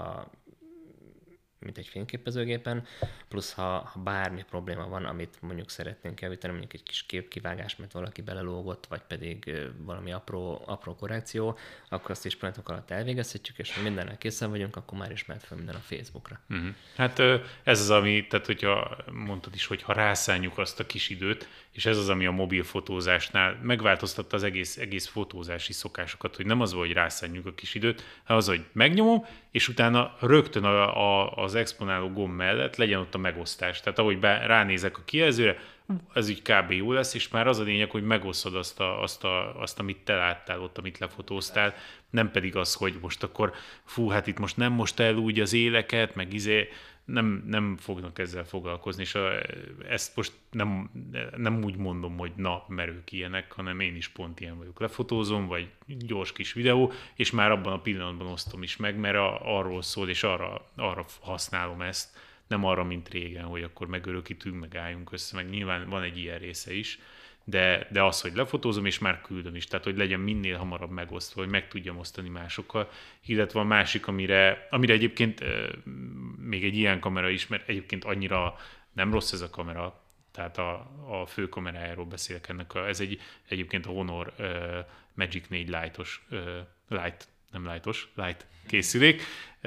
mint egy fényképezőgépen, plusz ha bármi probléma van, amit mondjuk szeretnénk javítani, mondjuk egy kis képkivágás, mert valaki belelógott, vagy pedig valami apró korrekció, akkor azt is pillanatok alatt elvégezhetjük, és ha mindennel készen vagyunk, akkor már is mehet fel minden a Facebookra. Uh-huh. Hát ez az, ami, tehát hogyha mondtad is, hogy ha rászánjuk azt a kis időt, és ez az, ami a mobil fotózásnál megváltoztatta az egész fotózási szokásokat, hogy nem az, hogy rászánjuk a kis időt, hanem az, hogy megnyomom, és utána rögtön az exponáló gomb mellett legyen ott a megosztás. Tehát ahogy ránézek a kijelzőre, ez így kb. Jó lesz, és már az a lényeg, hogy megosztod azt, amit te láttál ott, amit lefotóztál, nem pedig az, hogy most akkor hát itt most nem most el úgy az éleket, meg nem fognak ezzel foglalkozni, és ezt most nem úgy mondom, hogy mert ők ilyenek, hanem én is pont ilyen vagyok. Lefotózom, vagy gyors kis videó, és már abban a pillanatban osztom is meg, mert arról szól, és arra használom ezt, nem arra, mint régen, hogy akkor megörökítünk, meg álljunk össze, meg nyilván van egy ilyen része is, de az, hogy lefotózom, és már küldöm is, tehát hogy legyen minél hamarabb megosztva, hogy meg tudjam osztani másokkal. Illetve a másik, amire egyébként még egy ilyen kamera is, mert egyébként annyira nem rossz ez a kamera, tehát a fő kamerájáról beszélek ennek. Ez egyébként a Honor Magic 4 Lite készülék.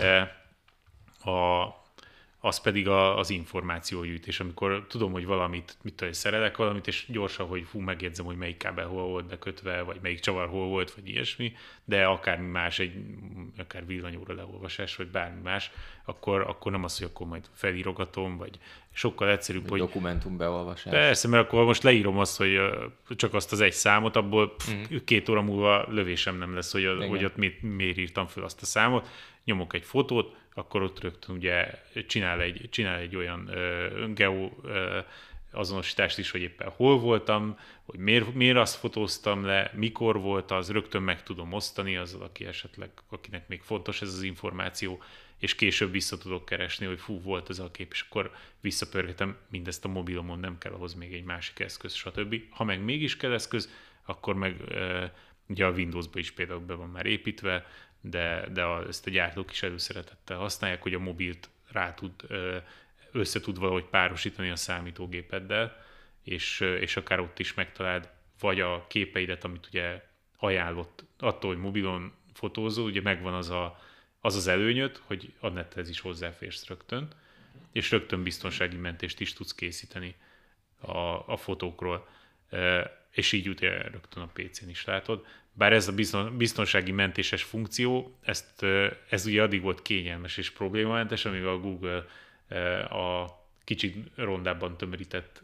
Az pedig az információgyűjtés, amikor tudom, hogy szerelek valamit, és gyorsan, hogy megjegyzem, hogy melyik kábel hol volt bekötve, vagy melyik csavar hol volt, vagy ilyesmi, de akármi más, akár villanyóra leolvasás, vagy bármi más, akkor nem az, hogy akkor majd felírogatom, vagy sokkal egyszerűbb, hogy... Dokumentum beolvasás. Persze, mert akkor most leírom azt, hogy csak azt az egy számot, abból 2 óra múlva lövésem nem lesz, hogy ott miért írtam föl azt a számot, nyomok egy fotót, akkor ott rögtön ugye csinál egy olyan geo azonosítást is, hogy éppen hol voltam, hogy miért azt fotóztam le, mikor volt az, rögtön meg tudom osztani azzal, akinek még fontos ez az információ, és később vissza tudok keresni, hogy volt ez a kép, és akkor visszapörgetem mindezt a mobilomon, nem kell ahhoz még egy másik eszköz, stb. Ha meg mégis kell eszköz, akkor meg ugye a Windowsba is például be van már építve, de ezt a gyártók is előszeretettel használják, hogy a mobilt össze tud valahogy párosítani a számítógépeddel, és akár ott is megtaláld, vagy a képeidet, amit ugye ajánlott attól, hogy mobilon fotózol, ugye megvan az előnyöd, hogy a nethez is hozzáférsz rögtön, és rögtön biztonsági mentést is tudsz készíteni a fotókról. és így jut el rögtön a PC-n is, látod. Bár ez a biztonsági mentéses funkció, ez ugye addig volt kényelmes és problémamentes, amíg a Google a kicsit rondábban tömörített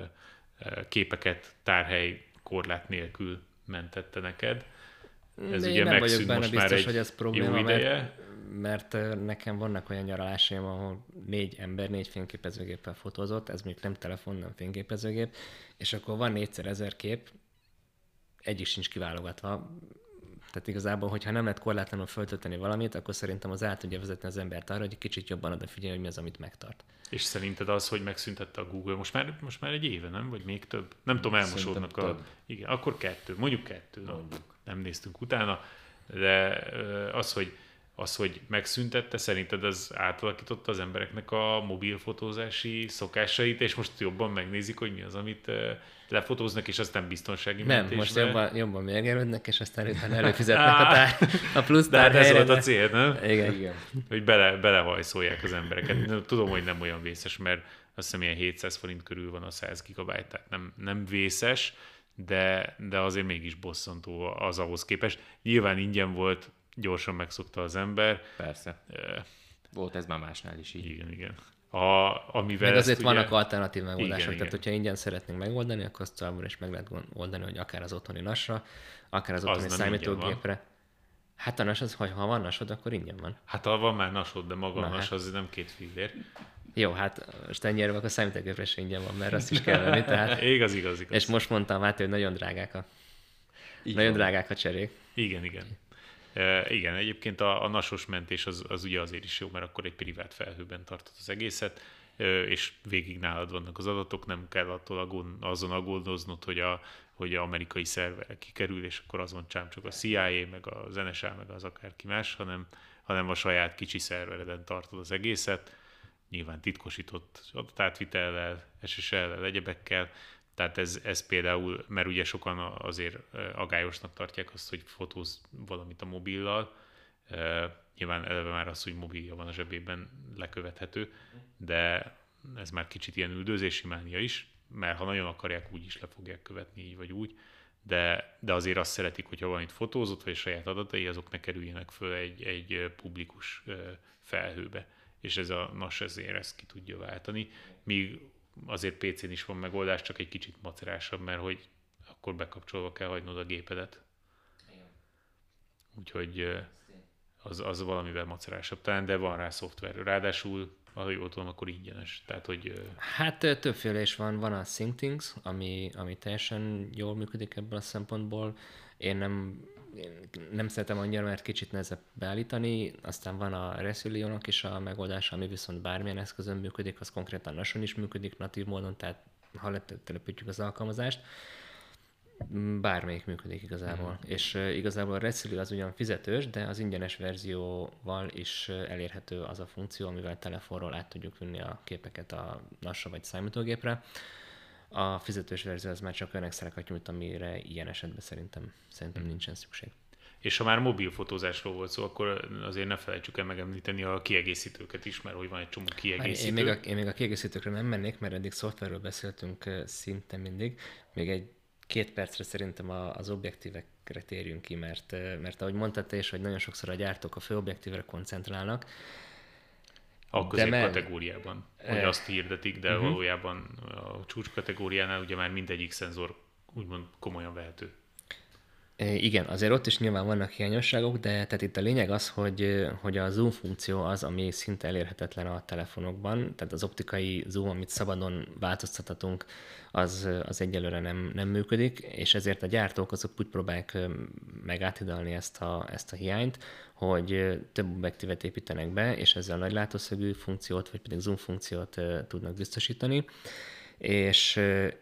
képeket tárhely korlát nélkül mentette neked. Ez de ugye én nem vagyok megszűnt benne most biztos, már egy hogy ez probléma, jó ideje. mert nekem vannak olyan nyaralásaim, ahol 4 ember 4 fényképezőgéppel fotózott, ez mondjuk nem telefon, nem fényképezőgép, és akkor van 4x1000 kép, egyik sincs kiválogatva. Tehát igazából, hogyha nem lehet korlátlanul föltölteni valamit, akkor szerintem az át tudja vezetni az embert arra, hogy egy kicsit jobban odafigyelj, hogy mi az, amit megtart. És szerinted az, hogy megszüntette a Google, most már egy éve, nem? Vagy még több? Nem tudom, elmosódnak a... Igen, akkor 2, mondjuk 2. Nem néztünk utána, de az, hogy megszüntette, szerinted az átalakította az embereknek a mobilfotózási szokásait, és most jobban megnézik, hogy mi az, amit lefotóznak, és aztán biztonsági mentésbe. Nem, most jobban megerődnek, és aztán utána előfizetnek a plusz tárhelyre. De tárhelyre. ez volt a cél, nem? Igen. Hogy belehajszolják az embereket. Tudom, hogy nem olyan vészes, mert azt hiszem ilyen 700 forint körül van a 100 gigabyte, tehát nem vészes, de azért mégis bosszantó az ahhoz képest. Nyilván ingyen volt, gyorsan megszokta az ember. Persze. Volt ez már másnál is így. Igen. Amivel meg azért ugye... vannak alternatív megoldások, igen, tehát hogyha ingyen szeretnénk megoldani, akkor azt továbbra is meg lehet oldani, hogy akár az otthoni NAS-ra, akár az otthoni számítógépre. Hát a NAS az, ha van NAS-od, akkor ingyen van. Hát ha van már NAS-od, de maga a NAS az nem 2 fillér. Jó, hát most ennyire akkor a számítógépre se ingyen van, mert azt is kell venni. Tehát... Igaz. És most mondtam, Máté, hogy nagyon drágák a cserék. Igen. Igen, egyébként a NAS-os mentés az ugye azért is jó, mert akkor egy privát felhőben tartod az egészet, és végig nálad vannak az adatok, nem kell azon aggódoznod, hogy a amerikai szerverre kikerül, és akkor azon csak a CIA, meg az NSA, meg az akárki más, hanem a saját kicsi szervereden tartod az egészet, nyilván titkosított adatátvitellel, SSL-lel, egyebekkel. Tehát ez például, mert ugye sokan azért agályosnak tartják azt, hogy fotóz valamit a mobillal. Nyilván eleve már az, hogy mobilja van a zsebében, lekövethető, de ez már kicsit ilyen üldözési mánia is, mert ha nagyon akarják, úgy is le fogják követni így vagy úgy, de azért azt szeretik, hogyha valamit fotózott, vagy a saját adatai, azok ne kerüljenek föl egy publikus felhőbe. És ez a NAS ezért ezt ki tudja váltani, míg azért PC-n is van megoldás, csak egy kicsit macerásabb, mert hogy akkor bekapcsolva kell hagynod a gépedet. Úgyhogy az valamivel macerásabb talán, de van rá szoftver. Ráadásul, ha jól tudom, akkor ingyenes. Tehát, hogy... Hát többféle is van. Van a SyncThings, ami teljesen jól működik ebből a szempontból. Én nem szeretem annyira, mert kicsit nehezebb beállítani. Aztán van a Resilion-nak is a megoldása, ami viszont bármilyen eszközön működik, az konkrétan NAS-on is működik, natív módon, tehát ha letelepítjük az alkalmazást, bármelyik működik igazából. És igazából a Resilion az ugyan fizetős, de az ingyenes verzióval is elérhető az a funkció, amivel telefonról át tudjuk vinni a képeket a NAS-ra vagy számítógépre. A fizetős verzió az már csak olyan extrákat nyújt, amire ilyen esetben szerintem nincsen szükség. És ha már mobilfotózásról volt szó, akkor azért ne felejtsük el megemlíteni a kiegészítőket is, mert hogy van egy csomó kiegészítő. Én még a kiegészítőkre nem mennék, mert eddig szoftverről beszéltünk szinte mindig. Még 2 percre szerintem az objektívekre térjünk ki, mert ahogy mondtad te is, hogy nagyon sokszor a gyártók a fő objektívre koncentrálnak. A középkategóriában, hogy azt hirdetik, de valójában a csúcs kategóriánál ugye már mindegyik szenzor úgymond komolyan vehető. Igen, azért ott is nyilván vannak hiányosságok, de tehát itt a lényeg az, hogy a zoom funkció az, ami szinte elérhetetlen a telefonokban, tehát az optikai zoom, amit szabadon változtathatunk, az egyelőre nem működik, és ezért a gyártók azok úgy próbálják megátidalni ezt a hiányt, hogy több objektívet építenek be, és ezzel a nagy látószögű funkciót, vagy pedig zoom funkciót tudnak biztosítani, és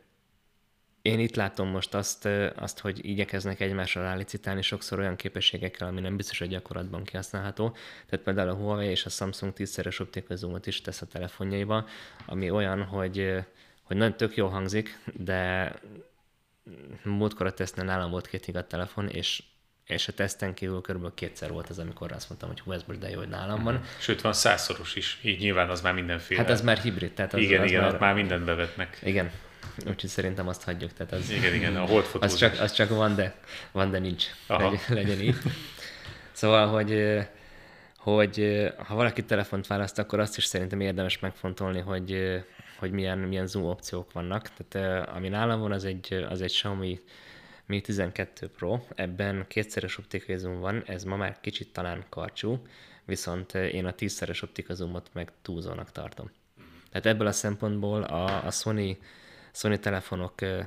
én itt látom most azt, hogy igyekeznek egymásra rálicitálni sokszor olyan képességekkel, ami nem biztos, hogy gyakorlatban kihasználható. Tehát például a Huawei és a Samsung 10-szeres optikai zoomot is tesz a telefonjaiba, ami olyan, hogy nagyon tök jól hangzik, de múltkor a tesztnél nálam volt 2 giga telefon, és a teszten kívül körülbelül 2-szer volt az, amikor azt mondtam, hogy hú, ez most de jó, hogy nálam van. Sőt, van 100-szoros is, így nyilván az már mindenféle. Hát az már hibrid. Tehát igen, ott már mindent bevetnek. Igen. Úgyhogy szerintem azt hagyjuk. Tehát az, Igen, a holdfotózás. az csak van, de nincs. Aha. Legyen így. Szóval, hogy ha valaki telefont választ, akkor azt is szerintem érdemes megfontolni, hogy milyen zoom opciók vannak. Tehát ami nálam van, az egy Xiaomi Mi 12 Pro, ebben 2-szeres optikai zoom van, ez ma már kicsit talán karcsú, viszont én a 10-szeres optikai zoomot meg túlzónak tartom. Tehát ebből a szempontból a Sony telefonoknak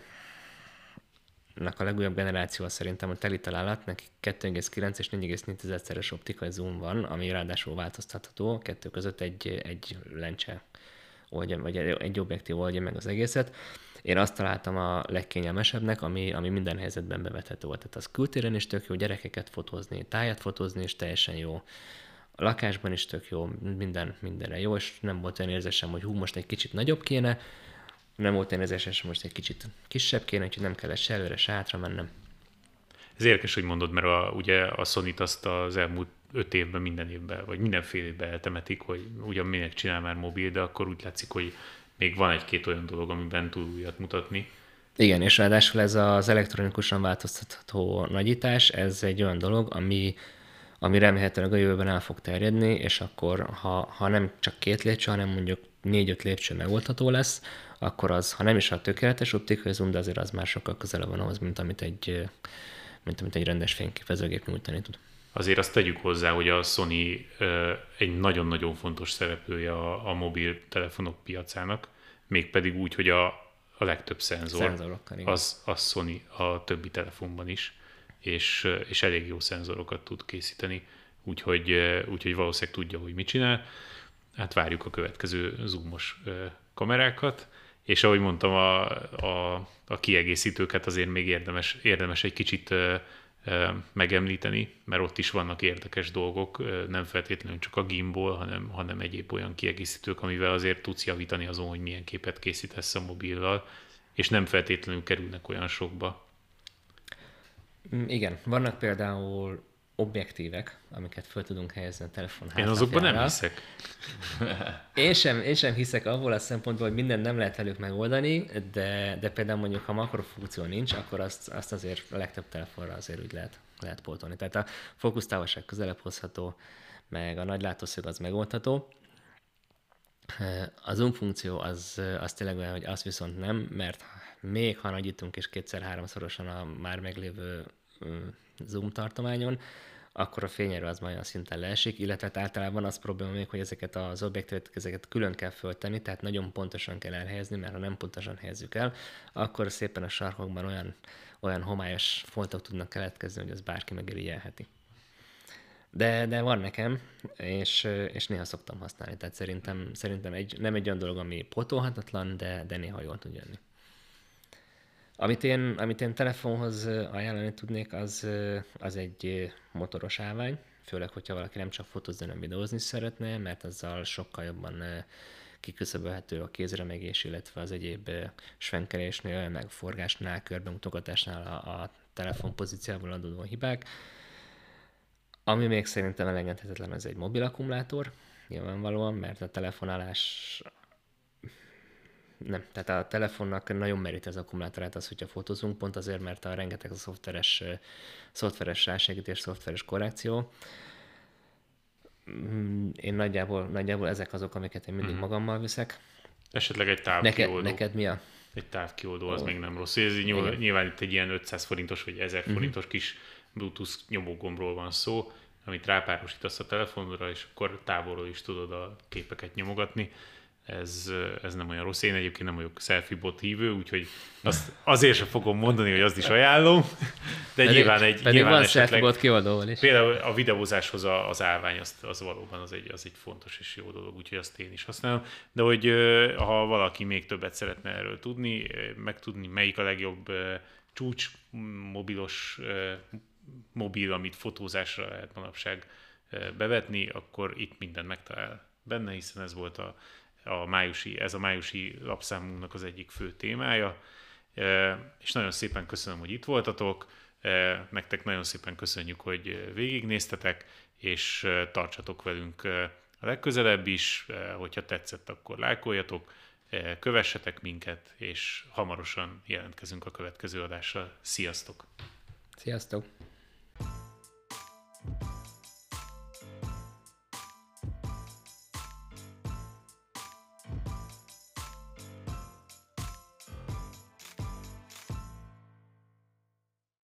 a legújabb generációval szerintem a teli találat, neki 2,9 és 4,4-szeres optikai zoom van, ami ráadásul változtatható, a kettő között egy lencse oldja, vagy egy objektív oldja meg az egészet. Én azt találtam a legkényelmesebbnek, ami minden helyzetben bevethető volt. Tehát az kültéren is tök jó, gyerekeket fotózni, tájat fotózni is teljesen jó. A lakásban is tök jó, mindenre jó, és nem volt olyan érzésem, hogy most egy kicsit nagyobb kéne, nem volt olyan érzésem, hogy most egy kicsit kisebb kéne, úgyhogy nem kellett se előre, se hátra mennem. Ez érdekes, hogy mondod, mert ugye a Sony-t azt az elmúlt 5 évben minden évben, vagy mindenfél évben eltemetik, hogy ugyan minek csinál már mobil, de akkor úgy látszik, hogy még van egy-két olyan dolog, amiben túl újat mutatni. Igen, és ráadásul ez az elektronikusan változtatható nagyítás, ez egy olyan dolog, ami remélhetőleg a jövőben el fog terjedni, és akkor, ha nem csak 2 lépcső, hanem mondjuk 4-5 lépcső megoldható lesz, akkor az, ha nem is a tökéletes optikai zoom, de azért az már sokkal közelebb van ahhoz, mint amit egy rendes fényképezőgép nyújtani tud. Azért azt tegyük hozzá, hogy a Sony egy nagyon-nagyon fontos szereplője a mobiltelefonok piacának, mégpedig úgy, hogy a legtöbb szenzor az Sony a többi telefonban is, és elég jó szenzorokat tud készíteni, úgyhogy valószínűleg tudja, hogy mit csinál. Hát várjuk a következő zoomos kamerákat, és ahogy mondtam, a kiegészítőket azért még érdemes egy kicsit megemlíteni, mert ott is vannak érdekes dolgok, nem feltétlenül csak a gimbal, hanem egyéb olyan kiegészítők, amivel azért tudsz javítani azon, hogy milyen képet készítesz a mobillal, és nem feltétlenül kerülnek olyan sokba. Igen, vannak például objektívek, amiket fel tudunk helyezni a telefon hátrafjára. Én azokban nem hiszek. Én sem hiszek abból a szempontból, hogy mindent nem lehet velük megoldani, de például mondjuk, ha makrofunkció nincs, akkor azt azért a legtöbb telefonra azért úgy lehet pótolni. Tehát a fókusztávolság közelebb hozható, meg a nagy látószög az megoldható. A zoom funkció az tényleg olyan, hogy az viszont nem, mert még ha nagyítunk és 2-3-szorosan a már meglévő zoom tartományon, akkor a fényerő az majd olyan szinten leesik, illetve általában az probléma még, hogy ezeket az objektívet külön kell föltenni, tehát nagyon pontosan kell elhelyezni, mert ha nem pontosan helyezzük el, akkor szépen a sarkokban olyan homályos foltok tudnak keletkezni, hogy az bárki megirigyelheti. De van nekem, és néha szoktam használni, tehát szerintem nem egy olyan dolog, ami pótolhatatlan, de néha jól tud jönni. Amit én telefonhoz ajánlani tudnék, az egy motoros állvány, főleg, hogyha valaki nem csak fotózni, hanem videózni szeretne, mert azzal sokkal jobban kiküszöbölhető a kézremegés, illetve az egyéb svenkelésnél, meg forgásnál, körbemutogatásnál a telefon pozíciából adódó hibák. Ami még szerintem elengedhetetlen, az egy mobil akkumulátor, nyilvánvalóan, mert a telefonálás nem, tehát a telefonnak nagyon merít az akkumulátorát az, hogyha fotózunk, pont azért, mert a rengeteg a szoftveres rásegítés, szoftveres korrekció. Én nagyjából ezek azok, amiket én mindig magammal viszek. Esetleg egy távkioldó. Neked mi a? Egy távkioldó, az még nem rossz. Ez nyilván itt egy ilyen 500 forintos vagy 1000 forintos kis Bluetooth nyomógombról van szó, amit rápárosítasz a telefonra, és akkor távolról is tudod a képeket nyomogatni. Ez nem olyan rossz. Én egyébként nem vagyok selfie-bot hívő, úgyhogy azért sem fogom mondani, hogy azt is ajánlom, de pedig nyilván van esetleg selfie-bot kioldóval is. Például a videózáshoz az állvány az valóban az egy fontos és jó dolog, úgyhogy azt én is használom. De hogy ha valaki még többet szeretne erről tudni, megtudni, melyik a legjobb csúcs mobil, amit fotózásra lehet manapság bevetni, akkor itt mindent megtalál benne, hiszen ez volt a májusi lapszámunknak az egyik fő témája, és nagyon szépen köszönöm, hogy itt voltatok, nektek nagyon szépen köszönjük, hogy végignéztetek, és tartsatok velünk a legközelebb is, hogyha tetszett, akkor lájkoljatok, Kövessetek minket, és hamarosan jelentkezünk a következő adással. Sziasztok! Sziasztok!